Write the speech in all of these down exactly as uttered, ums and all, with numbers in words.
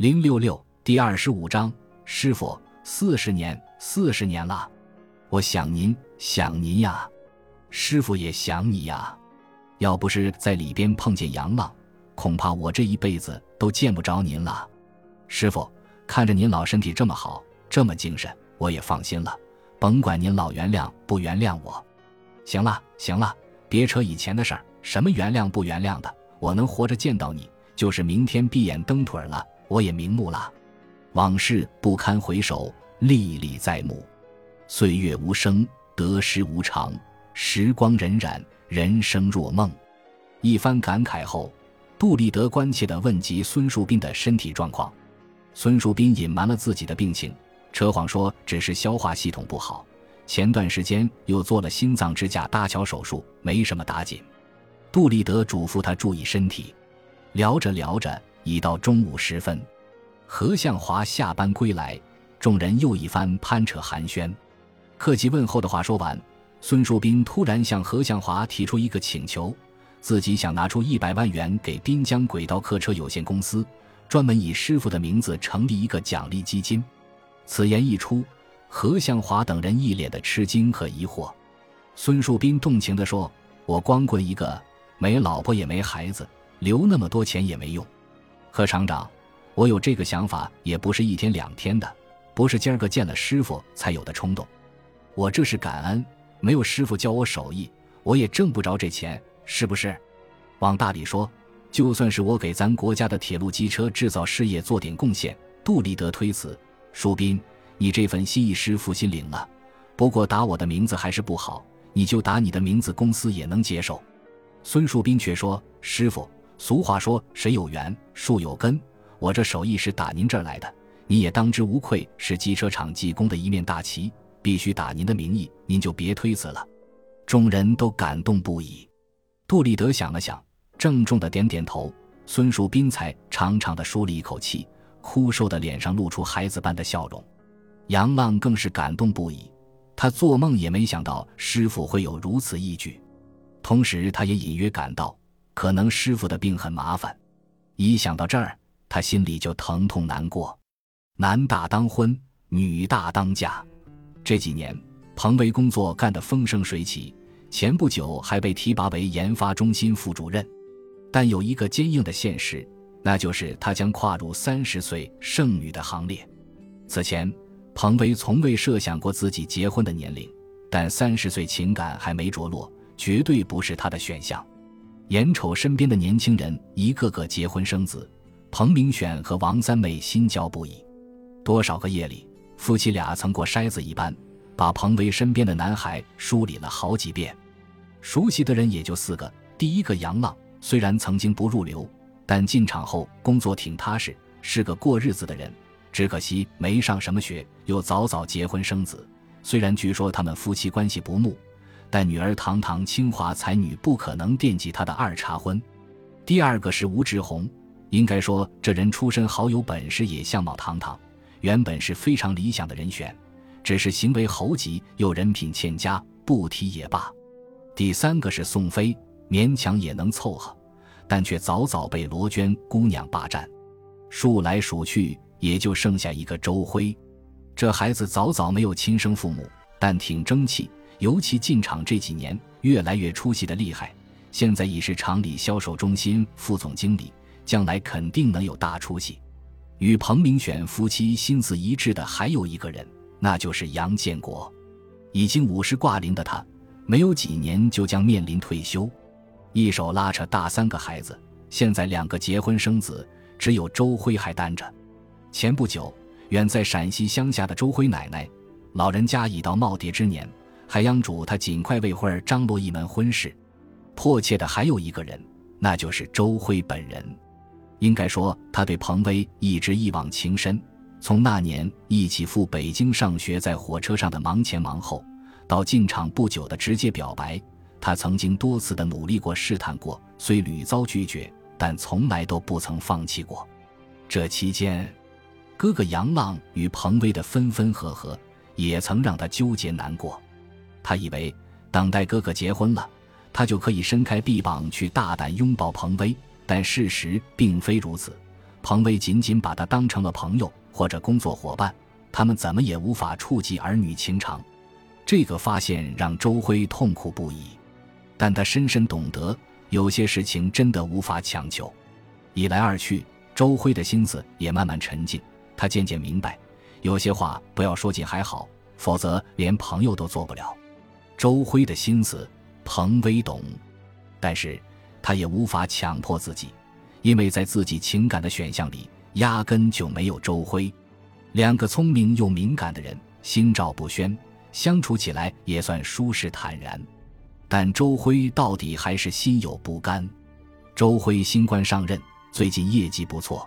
零六六第二十五章，师傅，四十年，四十年了，我想您，想您呀，师傅也想你呀。要不是在里边碰见杨浪，恐怕我这一辈子都见不着您了。师傅，看着您老身体这么好，这么精神，我也放心了，甭管您老原谅不原谅我。行了行了，别扯以前的事儿，什么原谅不原谅的，我能活着见到你，就是明天闭眼蹬腿了，我也瞑目了。往事不堪回首，历历在目。岁月无声，得失无常，时光荏苒，人生若梦。一番感慨后，杜立德关切地问及孙树斌的身体状况。孙树斌隐瞒了自己的病情，扯谎说只是消化系统不好，前段时间又做了心脏支架搭桥手术，没什么打紧。杜立德嘱咐他注意身体。聊着聊着，已到中午时分，何向华下班归来，众人又一番攀扯寒暄。客气问候的话说完，孙树斌突然向何向华提出一个请求，自己想拿出一百万元给滨江轨道客车有限公司，专门以师傅的名字成立一个奖励基金。此言一出，何向华等人一脸的吃惊和疑惑。孙树斌动情地说，我光棍一个，没老婆也没孩子，留那么多钱也没用。何厂长，我有这个想法也不是一天两天的，不是今儿个见了师傅才有的冲动。我这是感恩，没有师傅教我手艺，我也挣不着这钱，是不是？往大里说，就算是我给咱国家的铁路机车制造事业做点贡献。杜立德推辞，树斌，你这份心意师傅心领了，不过打我的名字还是不好，你就打你的名字，公司也能接受。孙树斌却说，师傅，俗话说谁有缘树有根，我这手艺是打您这儿来的，你也当之无愧是机车厂技工的一面大旗，必须打您的名义，您就别推辞了。众人都感动不已。杜立德想了想，郑重地点点头。孙树斌才长长地舒了一口气，枯瘦的脸上露出孩子般的笑容。杨浪更是感动不已，他做梦也没想到师傅会有如此义举，同时他也隐约感到可能师傅的病很麻烦。一想到这儿，他心里就疼痛难过。男大当婚，女大当嫁，这几年彭维工作干得风生水起，前不久还被提拔为研发中心副主任。但有一个坚硬的现实，那就是他将跨入三十岁剩女的行列。此前彭维从未设想过自己结婚的年龄，但三十岁情感还没着落，绝对不是他的选项。眼瞅身边的年轻人一个个结婚生子，彭明选和王三妹心焦不已。多少个夜里，夫妻俩曾过筛子一般把彭维身边的男孩梳理了好几遍。熟悉的人也就四个，第一个杨浪，虽然曾经不入流，但进厂后工作挺踏实，是个过日子的人，只可惜没上什么学，又早早结婚生子。虽然据说他们夫妻关系不睦，但女儿堂堂清华才女不可能惦记他的二茬婚。第二个是吴志宏，应该说这人出身好，有本事，也相貌堂堂，原本是非常理想的人选，只是行为猴急又人品欠佳，不提也罢。第三个是宋飞，勉强也能凑合，但却早早被罗娟姑娘霸占。数来数去也就剩下一个周辉。这孩子早早没有亲生父母，但挺争气，尤其进厂这几年越来越出息的厉害，现在已是厂里销售中心副总经理，将来肯定能有大出息。与彭明选夫妻心思一致的还有一个人，那就是杨建国。已经五十挂零的他，没有几年就将面临退休，一手拉扯大三个孩子，现在两个结婚生子，只有周辉还单着。前不久，远在陕西乡下的周辉奶奶，老人家已到耄耋之年，还央嘱他尽快为婚儿张罗一门婚事。迫切的还有一个人，那就是周辉本人。应该说他对彭威一直一往情深，从那年一起赴北京上学，在火车上的忙前忙后，到进厂不久的直接表白，他曾经多次的努力过，试探过，虽屡遭拒绝，但从来都不曾放弃过。这期间，哥哥杨浪与彭威的分分合合也曾让他纠结难过。他以为等待哥哥结婚了，他就可以伸开臂膀去大胆拥抱彭威，但事实并非如此。 彭威仅仅把他当成了朋友或者工作伙伴，他们怎么也无法触及儿女情长。这个发现让周辉痛苦不已，但他深深懂得，有些事情真的无法强求。一来二去，周辉的心思也慢慢沉静，他渐渐明白，有些话不要说尽还好，否则连朋友都做不了。周辉的心思，彭威懂，但是他也无法强迫自己，因为在自己情感的选项里，压根就没有周辉。两个聪明又敏感的人，心照不宣，相处起来也算舒适坦然。但周辉到底还是心有不甘。周辉新官上任，最近业绩不错，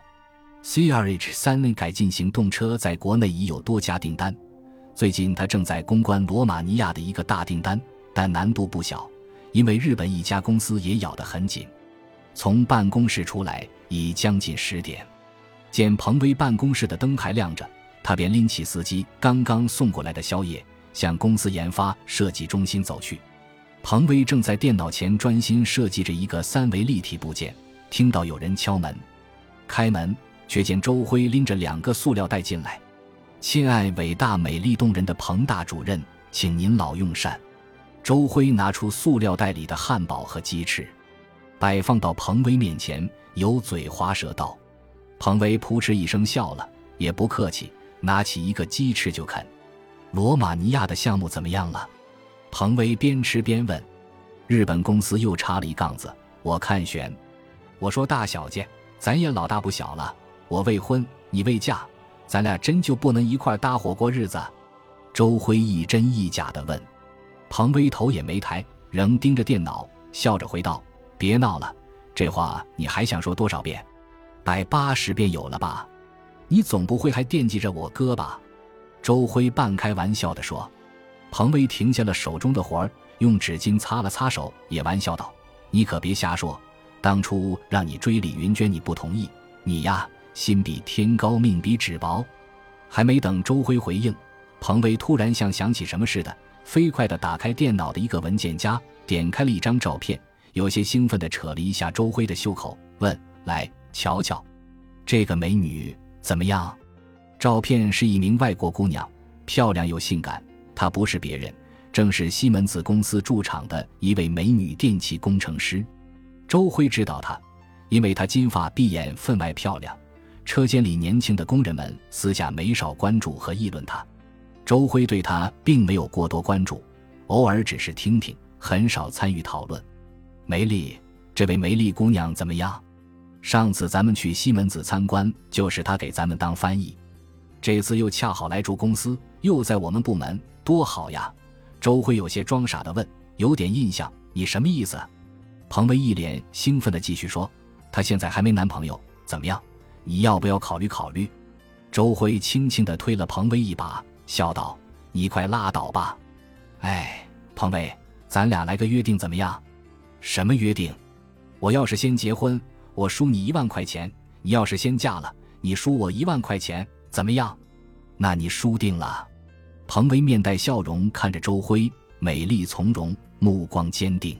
C R H 三 改进型动车在国内已有多家订单。最近他正在攻关罗马尼亚的一个大订单，但难度不小，因为日本一家公司也咬得很紧。从办公室出来已将近十点，见彭威办公室的灯还亮着，他便拎起司机刚刚送过来的宵夜，向公司研发设计中心走去。彭威正在电脑前专心设计着一个三维立体部件，听到有人敲门，开门却见周辉拎着两个塑料袋进来。亲爱伟大美丽动人的彭大主任，请您老用膳。周辉拿出塑料袋里的汉堡和鸡翅，摆放到彭威面前，油嘴滑舌道。彭威扑哧一声笑了，也不客气，拿起一个鸡翅就啃。罗马尼亚的项目怎么样了？彭威边吃边问。日本公司又插了一杠子，我看悬。我说大小姐，咱也老大不小了，我未婚，你未嫁，咱俩真就不能一块搭伙过日子？周辉一真一假地问。彭威头也没抬，仍盯着电脑，笑着回道，别闹了，这话你还想说多少遍？百八十遍有了吧？你总不会还惦记着我哥吧？周辉半开玩笑地说。彭威停下了手中的活儿，用纸巾擦了擦手，也玩笑道，你可别瞎说，当初让你追李云娟你不同意，你呀心比天高命比纸薄。还没等周辉回应，彭威突然像想起什么似的，飞快地打开电脑的一个文件夹，点开了一张照片，有些兴奋地扯了一下周辉的袖口，问，来瞧瞧，这个美女怎么样？照片是一名外国姑娘，漂亮又性感，她不是别人，正是西门子公司驻厂的一位美女电气工程师。周辉知道她，因为她金发碧眼，分外漂亮，车间里年轻的工人们私下没少关注和议论她。周辉对她并没有过多关注，偶尔只是听听，很少参与讨论。梅丽，这位梅丽姑娘怎么样？上次咱们去西门子参观，就是她给咱们当翻译，这次又恰好来住公司，又在我们部门，多好呀！周辉有些装傻地问，有点印象，你什么意思？彭威一脸兴奋地继续说，她现在还没男朋友，怎么样？你要不要考虑考虑？周辉轻轻地推了彭威一把，笑道，你快拉倒吧。哎，彭威，咱俩来个约定怎么样？什么约定？我要是先结婚，我输你一万块钱，你要是先嫁了，你输我一万块钱，怎么样？那你输定了。彭威面带笑容看着周辉，美丽从容，目光坚定。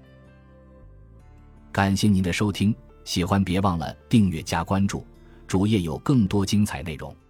感谢您的收听，喜欢别忘了订阅加关注，主页有更多精彩内容。